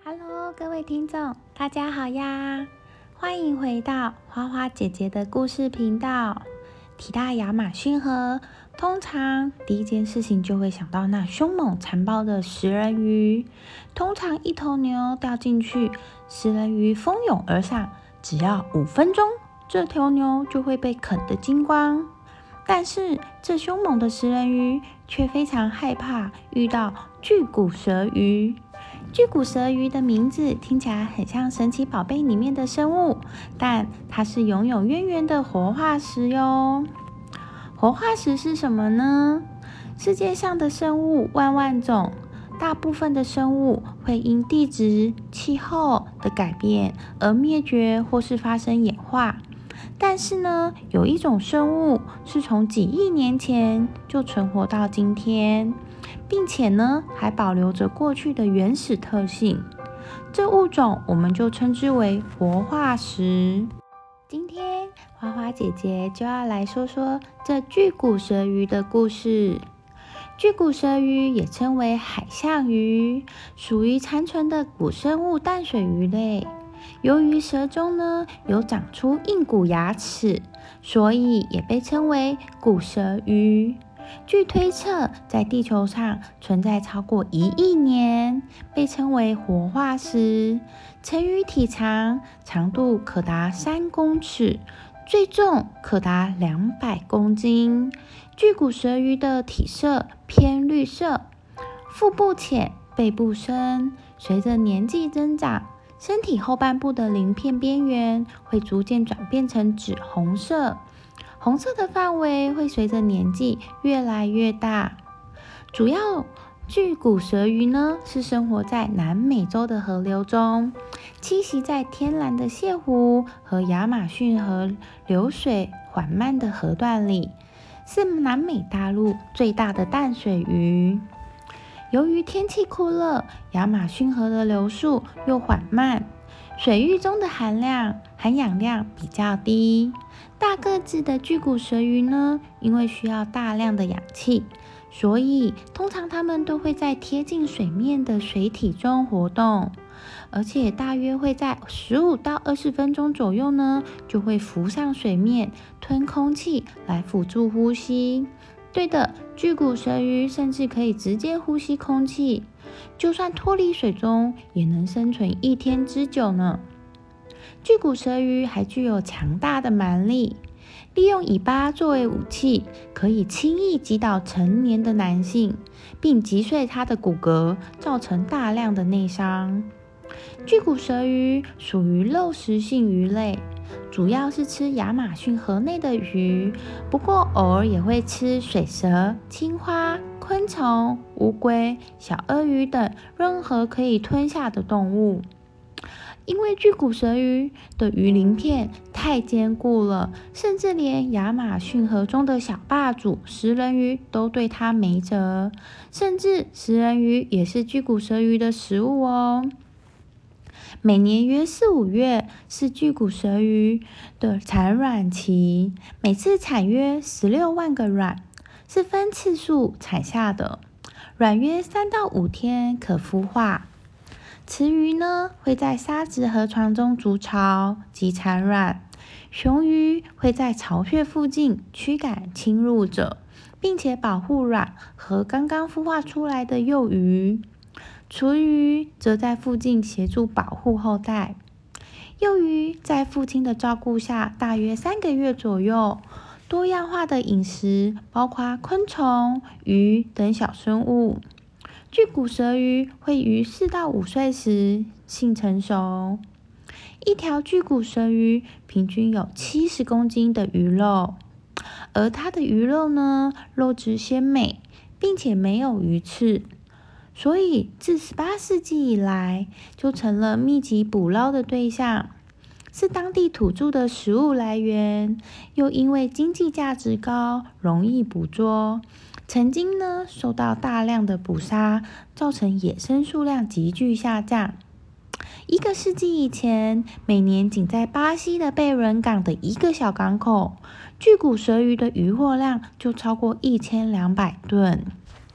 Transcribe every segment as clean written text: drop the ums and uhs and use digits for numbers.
Hello，各位听众，大家好呀！欢迎回到花花姐姐的故事频道。提到亚马逊河，通常第一件事情就会想到那凶猛残暴的食人鱼。通常一头牛掉进去，食人鱼蜂拥而上，只要5分钟，这头牛就会被啃得精光。但是这凶猛的食人鱼却非常害怕遇到巨骨舌鱼。巨骨舌鱼的名字听起来很像神奇宝贝里面的生物，但它是永有渊源的活化石哟。活化石是什么呢？世界上的生物万万种，大部分的生物会因地质、气候的改变而灭绝或是发生演化。但是呢，有一种生物是从几亿年前就存活到今天，并且呢，还保留着过去的原始特性。这物种我们就称之为活化石。今天花花姐姐就要来说说这巨骨舌鱼的故事。巨骨舌鱼也称为海象鱼，属于残存的古生物淡水鱼类。由于舌中呢有长出硬骨牙齿，所以也被称为骨舌鱼。据推测，在地球上存在超过1亿年，被称为活化石。成鱼体长度可达3公尺，最重可达200公斤。巨骨舌鱼的体色偏绿色，腹部浅，背部深。随着年纪增长，身体后半部的鳞片边缘会逐渐转变成紫红色，红色的范围会随着年纪越来越大。主要巨骨舌鱼呢是生活在南美洲的河流中，栖息在天然的泻湖和亚马逊河流水缓慢的河段里，是南美大陆最大的淡水鱼。由于天气酷热，亚马逊河的流速又缓慢，水域中的含氧量比较低。大个子的巨骨舌鱼呢，因为需要大量的氧气，所以通常它们都会在贴近水面的水体中活动，而且大约会在15到20分钟左右呢，就会浮上水面，吞空气来辅助呼吸。对的，巨骨舌鱼甚至可以直接呼吸空气，就算脱离水中也能生存1天之久呢。巨骨舌鱼还具有强大的蛮力，利用尾巴作为武器，可以轻易击倒成年的男性，并击碎他的骨骼，造成大量的内伤。巨骨舌鱼属于肉食性鱼类，主要是吃亚马逊河内的鱼，不过偶尔也会吃水蛇、青蛙、昆虫、乌龟、小鳄鱼等任何可以吞下的动物。因为巨骨舌鱼的鱼鳞片太坚固了，甚至连亚马逊河中的小霸主食人鱼都对它没辙，甚至食人鱼也是巨骨舌鱼的食物哦。每年约4、5月是巨骨舌鱼的产卵期，每次产约16万个卵，是分次数产下的，卵约3到5天可孵化。雌鱼呢会在沙质河床中筑巢及产卵，雄鱼会在巢穴附近驱赶侵入者，并且保护卵和刚刚孵化出来的幼鱼。雏鱼则在附近协助保护后代。幼鱼在父亲的照顾下大约3个月左右，多样化的饮食包括昆虫、鱼等小生物。巨骨舌鱼会于4到5岁时性成熟。一条巨骨舌鱼平均有70公斤的鱼肉，而它的鱼肉呢，肉质鲜美，并且没有鱼刺。所以自18世纪以来，就成了密集捕捞的对象，是当地土著的食物来源，又因为经济价值高，容易捕捉，曾经呢受到大量的捕杀，造成野生数量急剧下降。1个世纪以前，每年仅在巴西的贝伦港的一个小港口，巨骨舌鱼的渔获量就超过1200吨。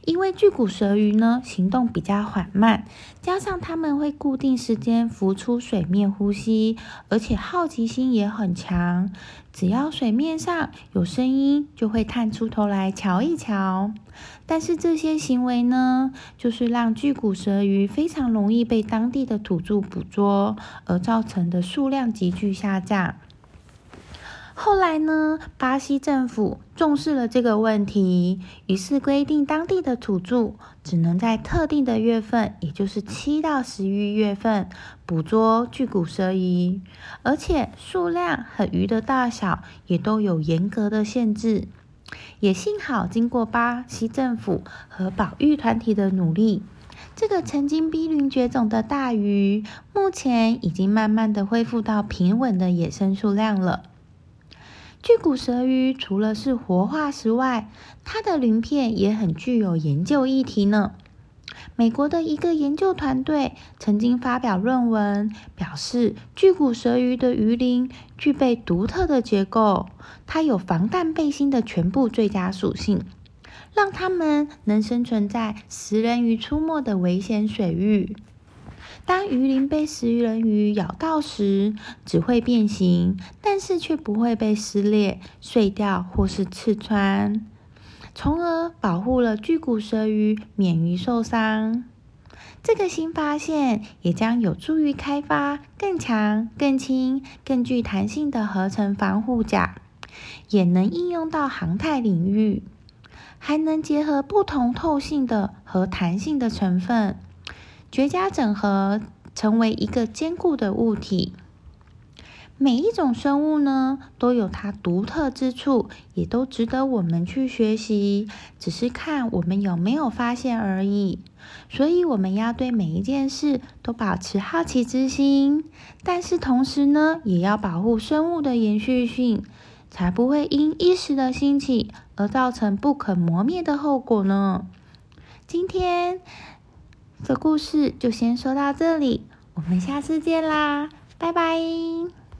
因为巨骨舌鱼呢行动比较缓慢，加上它们会固定时间浮出水面呼吸，而且好奇心也很强，只要水面上有声音就会探出头来瞧一瞧。但是这些行为呢，就是让巨骨舌鱼非常容易被当地的土著捕捉，而造成的数量急剧下降。后来呢，巴西政府重视了这个问题，于是规定当地的土著只能在特定的月份，也就是7到11月份捕捉巨骨舌鱼，而且数量和鱼的大小也都有严格的限制。也幸好经过巴西政府和保育团体的努力，这个曾经濒临绝种的大鱼，目前已经慢慢的恢复到平稳的野生数量了。巨骨舌鱼除了是活化石外，它的鳞片也很具有研究议题呢。美国的一个研究团队曾经发表论文，表示巨骨舌鱼的鱼鳞具备独特的结构，它有防弹背心的全部最佳属性，让它们能生存在食人鱼出没的危险水域。当鱼鳞被食人鱼咬到时，只会变形，但是却不会被撕裂、碎掉或是刺穿，从而保护了巨骨舌鱼免于受伤。这个新发现也将有助于开发更强、更轻、更具弹性的合成防护甲，也能应用到航太领域，还能结合不同透性的和弹性的成分，绝佳整合成为一个坚固的物体。每一种生物呢，都有它独特之处，也都值得我们去学习，只是看我们有没有发现而已。所以我们要对每一件事都保持好奇之心，但是同时呢，也要保护生物的延续性，才不会因一时的兴起而造成不可磨灭的后果呢。今天的故事就先说到这里，我们下次见啦，拜拜。